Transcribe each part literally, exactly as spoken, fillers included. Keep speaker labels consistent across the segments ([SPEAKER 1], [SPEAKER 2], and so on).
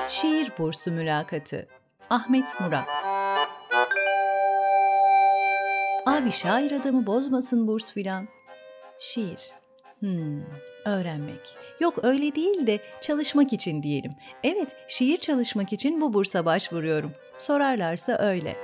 [SPEAKER 1] Şiir Bursu Mülakatı Ahmet Murat. Abi şair adamı bozmasın burs filan. Şiir. Hmm, öğrenmek. Yok öyle değil de çalışmak için diyelim. Evet, şiir çalışmak için bu bursa başvuruyorum. Sorarlarsa öyle.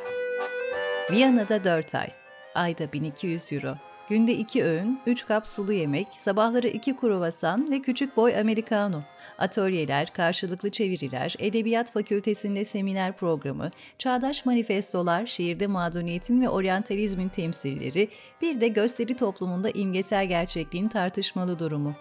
[SPEAKER 1] Viyana'da dört ay. Ayda bin iki yüz euro. Günde iki öğün, üç kap sulu yemek, sabahları iki kruvasan ve küçük boy americano. Atölyeler, karşılıklı çeviriler, Edebiyat Fakültesinde seminer programı, çağdaş manifestolar, şiirde maduniyetin ve oryantalizmin temsilleri, bir de gösteri toplumunda imgesel gerçekliğin tartışmalı durumu.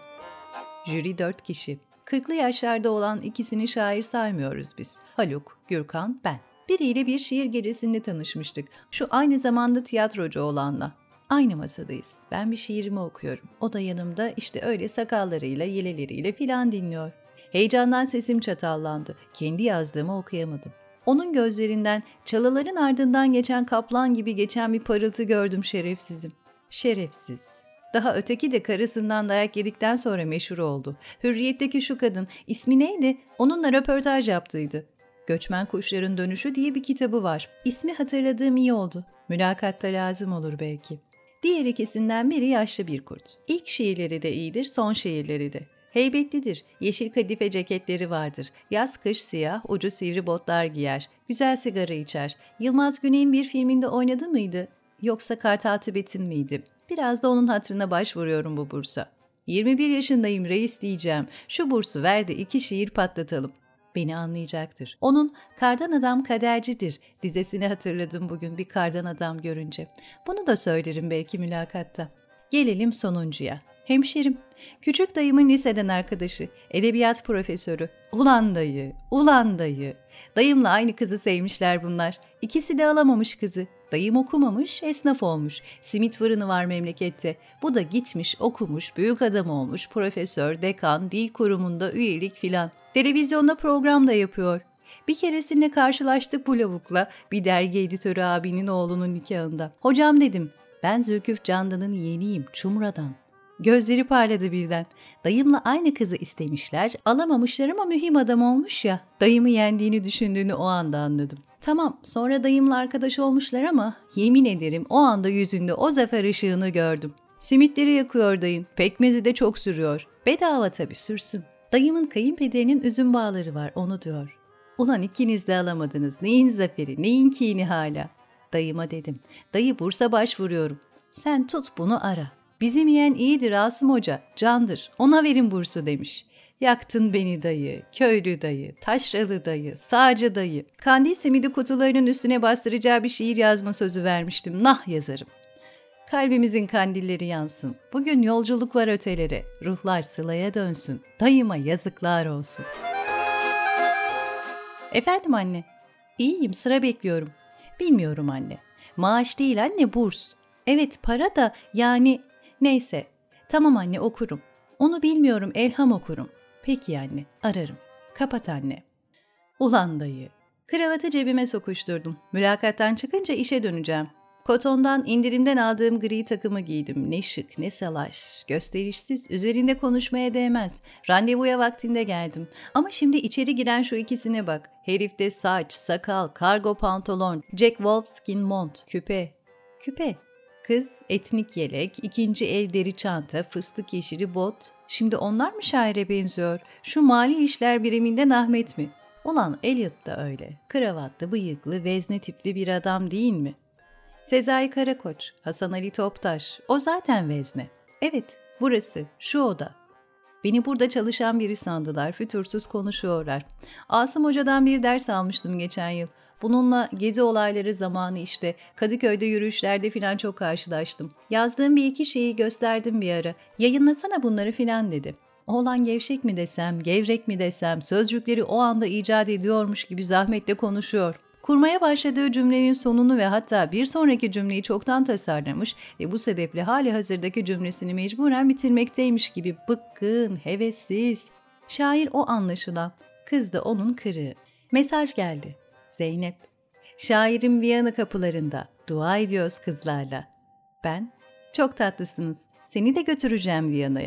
[SPEAKER 1] Jüri dört kişi. Kırklı yaşlarda olan ikisini şair saymıyoruz biz. Haluk, Gürkan, ben. Biriyle bir şiir gecesinde tanışmıştık. Şu aynı zamanda tiyatrocu olanla. Aynı masadayız. Ben bir şiirimi okuyorum. O da yanımda işte öyle sakallarıyla, yeleleriyle filan dinliyor. Heyecandan sesim çatallandı. Kendi yazdığımı okuyamadım. Onun gözlerinden çalıların ardından geçen kaplan gibi geçen bir parıltı gördüm şerefsizim. Şerefsiz. Daha öteki de karısından dayak yedikten sonra meşhur oldu. Hürriyet'teki şu kadın, ismi neydi? Onunla röportaj yaptıydı. Göçmen Kuşların Dönüşü diye bir kitabı var. İsmi hatırladığım iyi oldu. Mülakatta lazım olur belki. Diğer ikisinden biri yaşlı bir kurt. İlk şiirleri de iyidir, son şiirleri de. Heybetlidir, yeşil kadife ceketleri vardır. Yaz kış siyah, ucu sivri botlar giyer. Güzel sigara içer. Yılmaz Güney'in bir filminde oynadı mıydı? Yoksa Kartal Tibet'in miydi? Biraz da onun hatırına başvuruyorum bu bursa. yirmi bir yaşındayım reis diyeceğim. Şu bursu ver de iki şiir patlatalım. Beni anlayacaktır. Onun Kardan Adam Kadercidir dizesini hatırladım bugün bir kardan adam görünce. Bunu da söylerim belki mülakatta. Gelelim sonuncuya. Hemşerim. Küçük dayımın liseden arkadaşı, edebiyat profesörü. Ulan dayı, ulan dayı. Dayımla aynı kızı sevmişler bunlar. İkisi de alamamış kızı. Dayım okumamış, esnaf olmuş. Simit fırını var memlekette. Bu da gitmiş, okumuş, büyük adam olmuş, profesör, dekan, dil kurumunda üyelik filan. Televizyonda program da yapıyor. Bir keresinde karşılaştık bu lavukla, bir dergi editörü abinin oğlunun nikahında. Hocam dedim, ben Zülküf Candan'ın yeğeniyim, Çumra'dan. Gözleri parladı birden. Dayımla aynı kızı istemişler, alamamışlar ama mühim adam olmuş ya. Dayımı yendiğini düşündüğünü o anda anladım. Tamam, sonra dayımla arkadaş olmuşlar ama yemin ederim o anda yüzünde o zafer ışığını gördüm. Simitleri yakıyor dayın, pekmezi de çok sürüyor. Bedava tabii sürsün. Dayımın kayınpederinin üzüm bağları var, onu diyor. Ulan ikiniz de alamadınız, neyin zaferi, neyin kini hala? Dayıma dedim, dayı bursa başvuruyorum. Sen tut bunu ara. Bizim yeğen iyidir Asım Hoca, candır, ona verin bursu demiş. Yaktın beni dayı, köylü dayı, taşralı dayı, sağcı dayı. Kandil simidi kutularının üstüne bastıracağı bir şiir yazma sözü vermiştim, nah yazarım. Kalbimizin kandilleri yansın, bugün yolculuk var ötelere, ruhlar sılaya dönsün, dayıma yazıklar olsun. Efendim anne, iyiyim sıra bekliyorum. Bilmiyorum anne, maaş değil anne burs. Evet para da yani neyse, tamam anne okurum. Onu bilmiyorum elham okurum. Peki anne, ararım. Kapat anne. Ulan dayı. Kravatı cebime sokuşturdum. Mülakattan çıkınca işe döneceğim. Kotondan indirimden aldığım gri takımı giydim. Ne şık, ne salaş. Gösterişsiz, üzerinde konuşmaya değmez. Randevuya vaktinde geldim. Ama şimdi içeri giren şu ikisine bak. Herifte saç, sakal, kargo pantolon, Jack Wolfskin mont, küpe. Küpe. Kız, etnik yelek, ikinci el deri çanta, fıstık yeşili bot. Şimdi onlar mı şaire benziyor? Şu mali işler biriminden Ahmet mi? Ulan Elliot da öyle. Kravatlı, bıyıklı, vezne tipli bir adam değil mi? Sezai Karakoç, Hasan Ali Toptaş. O zaten vezne. Evet, burası, şu oda. Beni burada çalışan biri sandılar, fütursuz konuşuyorlar. Asım Hoca'dan bir ders almıştım geçen yıl. Bununla gezi olayları zamanı işte Kadıköy'de yürüyüşlerde filan çok karşılaştım. Yazdığım bir iki şeyi gösterdim bir ara. Yayınlasana bunları filan dedi. Oğlan gevşek mi desem, gevrek mi desem, sözcükleri o anda icat ediyormuş gibi zahmetle konuşuyor. Kurmaya başladığı cümlenin sonunu ve hatta bir sonraki cümleyi çoktan tasarlamış ve bu sebeple hali hazırdaki cümlesini mecburen bitirmekteymiş gibi bıkkın, hevessiz. Şair o anlaşılan, kız da onun kırığı. Mesaj geldi. Zeynep. Şairim Viyana kapılarında. Dua ediyoruz kızlarla. Ben. Çok tatlısınız. Seni de götüreceğim Viyana'ya.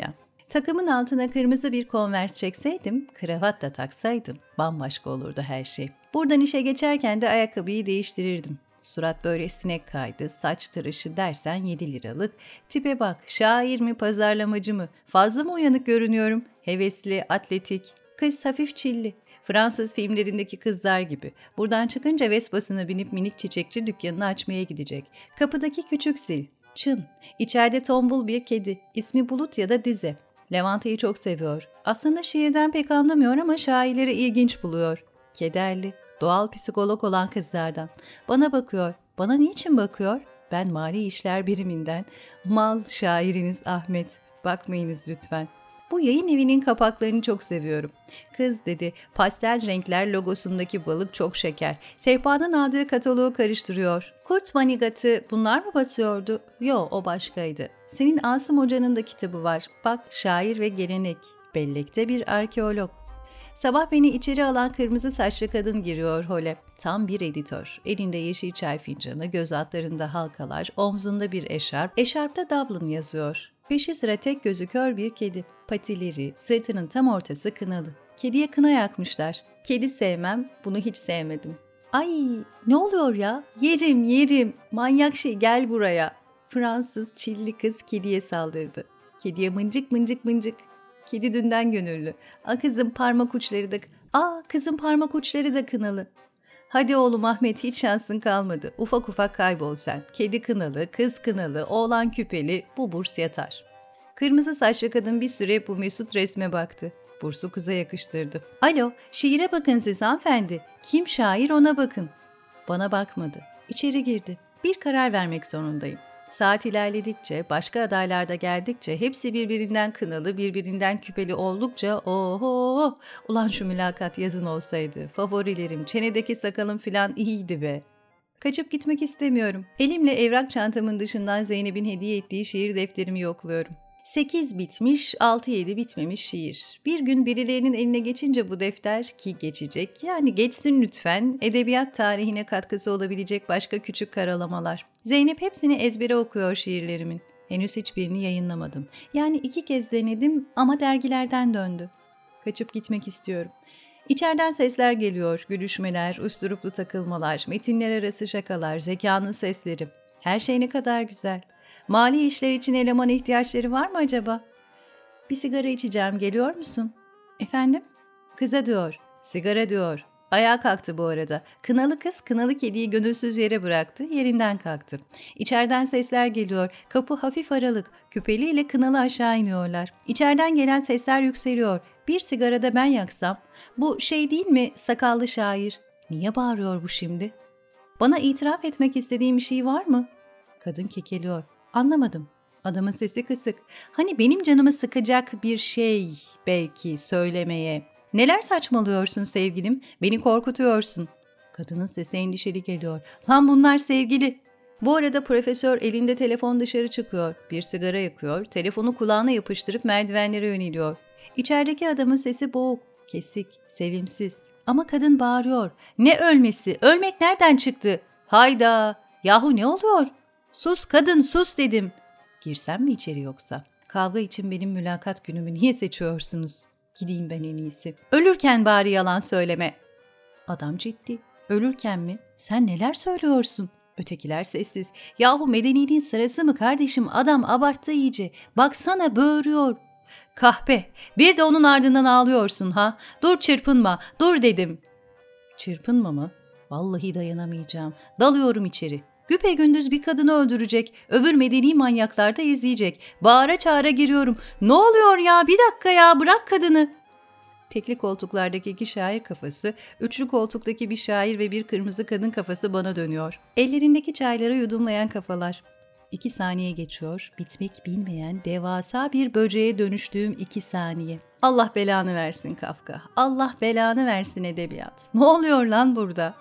[SPEAKER 1] Takımın altına kırmızı bir Converse çekseydim, kravat da taksaydım bambaşka olurdu her şey. Buradan işe geçerken de ayakkabıyı değiştirirdim. Surat böyle sinek kaydı, saç tıraşı dersen yedi liralık. Tipe bak, şair mi, pazarlamacı mı? Fazla mı uyanık görünüyorum? Hevesli, atletik. Kız hafif çilli. Fransız filmlerindeki kızlar gibi. Buradan çıkınca Vespa'sına binip minik çiçekçi dükkanını açmaya gidecek. Kapıdaki küçük zil. Çın. İçeride tombul bir kedi. İsmi Bulut ya da Dize. Levanta'yı çok seviyor. Aslında şiirden pek anlamıyor ama şairleri ilginç buluyor. Kederli, doğal psikolog olan kızlardan. Bana bakıyor. Bana niçin bakıyor? Ben mali işler biriminden. Mal şairiniz Ahmet. Bakmayınız lütfen. Bu yayın evinin kapaklarını çok seviyorum. Kız dedi, pastel renkler logosundaki balık çok şeker. Sehpanın aldığı kataloğu karıştırıyor. Kurt Vonnegutt'ı bunlar mı basıyordu? Yo, o başkaydı. Senin Asım Hoca'nın da kitabı var. Bak, şair ve gelenek. Bellekte bir arkeolog. Sabah beni içeri alan kırmızı saçlı kadın giriyor hole. Tam bir editör. Elinde yeşil çay fincanı, göz altlarında halkalar, omzunda bir eşarp, eşarpta Dublin yazıyor. Peşi sıra tek gözü kör bir kedi. Patileri, sırtının tam ortası kınalı. Kediye kına yakmışlar. Kedi sevmem, bunu hiç sevmedim. Ay, ne oluyor ya? Yerim, yerim. Manyak şey, gel buraya. Fransız çilli kız kediye saldırdı. Kediye mıncık mıncık mıncık. Kedi dünden gönüllü. A kızım parmak uçları da... Aa kızım parmak uçları da kınalı. Hadi oğlum Ahmet, hiç şansın kalmadı. Ufak ufak kaybol sen. Kedi kınalı, kız kınalı, oğlan küpeli, bu burs yatar. Kırmızı saçlı kadın bir süre bu mesut resme baktı. Bursu kıza yakıştırdı. Alo, şiire bakın siz hanımefendi. Kim şair ona bakın. Bana bakmadı. İçeri girdi. Bir karar vermek zorundayım. Saat ilerledikçe, başka adaylar da geldikçe, hepsi birbirinden kınalı, birbirinden küpeli oldukça oho, ulan şu mülakat yazın olsaydı, favorilerim, çenedeki sakalım filan iyiydi be. Kaçıp gitmek istemiyorum. Elimle evrak çantamın dışından Zeynep'in hediye ettiği şiir defterimi yokluyorum. Sekiz bitmiş, altı yedi bitmemiş şiir. Bir gün birilerinin eline geçince bu defter, ki geçecek, yani geçsin lütfen, edebiyat tarihine katkısı olabilecek başka küçük karalamalar. Zeynep hepsini ezbere okuyor şiirlerimin. Henüz hiçbirini yayınlamadım. Yani iki kez denedim ama dergilerden döndü. Kaçıp gitmek istiyorum. İçeriden sesler geliyor, gülüşmeler, usturuplu takılmalar, metinler arası şakalar, zekanın sesleri. Her şey ne kadar güzel. Mali işler için eleman ihtiyaçları var mı acaba? Bir sigara içeceğim, geliyor musun? Efendim? Kıza diyor. Sigara diyor. Ayağa kalktı bu arada. Kınalı kız kınalı kediyi gönülsüz yere bıraktı, yerinden kalktı. İçeriden sesler geliyor. Kapı hafif aralık. Küpeli ile kınalı aşağı iniyorlar. İçeriden gelen sesler yükseliyor. Bir sigara da ben yaksam. Bu şey değil mi, sakallı şair? Niye bağırıyor bu şimdi? Bana itiraf etmek istediğin bir şey var mı? Kadın kekeliyor. Anlamadım. Adamın sesi kısık. Hani benim canımı sıkacak bir şey belki söylemeye. Neler saçmalıyorsun sevgilim? Beni korkutuyorsun. Kadının sesi endişeli geliyor. Lan bunlar sevgili. Bu arada profesör elinde telefon dışarı çıkıyor. Bir sigara yakıyor. Telefonu kulağına yapıştırıp merdivenlere yöneliyor. İçerideki adamın sesi boğuk, kesik, sevimsiz. Ama kadın bağırıyor. Ne ölmesi? Ölmek nereden çıktı? Hayda! Yahu ne oluyor? Sus kadın, sus dedim. Girsem mi içeri yoksa? Kavga için benim mülakat günümü niye seçiyorsunuz? Gideyim ben en iyisi. Ölürken bari yalan söyleme. Adam ciddi. Ölürken mi? Sen neler söylüyorsun? Ötekiler sessiz. Yahu medeniliğin sırası mı kardeşim? Adam abarttı iyice. Baksana böğürüyor. Kahpe. Bir de onun ardından ağlıyorsun ha. Dur çırpınma. Dur dedim. Çırpınma mı? Vallahi dayanamayacağım. Dalıyorum içeri. Güpegündüz bir kadını öldürecek, öbür medeni manyaklar da izleyecek. Bağıra çağıra giriyorum. Ne oluyor ya? Bir dakika ya, bırak kadını. Tekli koltuklardaki iki şair kafası, üçlü koltuktaki bir şair ve bir kırmızı kadın kafası bana dönüyor. Ellerindeki çayları yudumlayan kafalar. İki saniye geçiyor, bitmek bilmeyen devasa bir böceğe dönüştüğüm iki saniye. Allah belanı versin Kafka, Allah belanı versin edebiyat. Ne oluyor lan burada?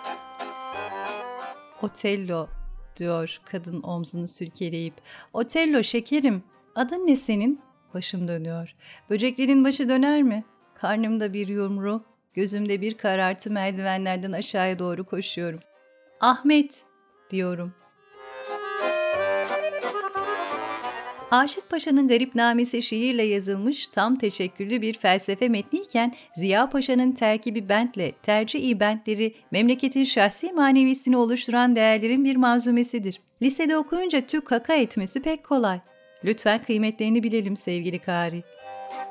[SPEAKER 1] Otello diyor kadın omzunu sürkeleyip. Otello şekerim, adın ne senin? Başım dönüyor. Böceklerin başı döner mi? Karnımda bir yumru, gözümde bir karartı, merdivenlerden aşağıya doğru koşuyorum. Ahmet diyorum. Aşık Paşa'nın Garipnamesi şiirle yazılmış tam teşekküllü bir felsefe metniyken Ziya Paşa'nın terkibi bentle tercih-i bentleri memleketin şahsi manevisini oluşturan değerlerin bir manzumesidir. Lisede okuyunca tük kaka etmesi pek kolay. Lütfen kıymetlerini bilelim sevgili Kari.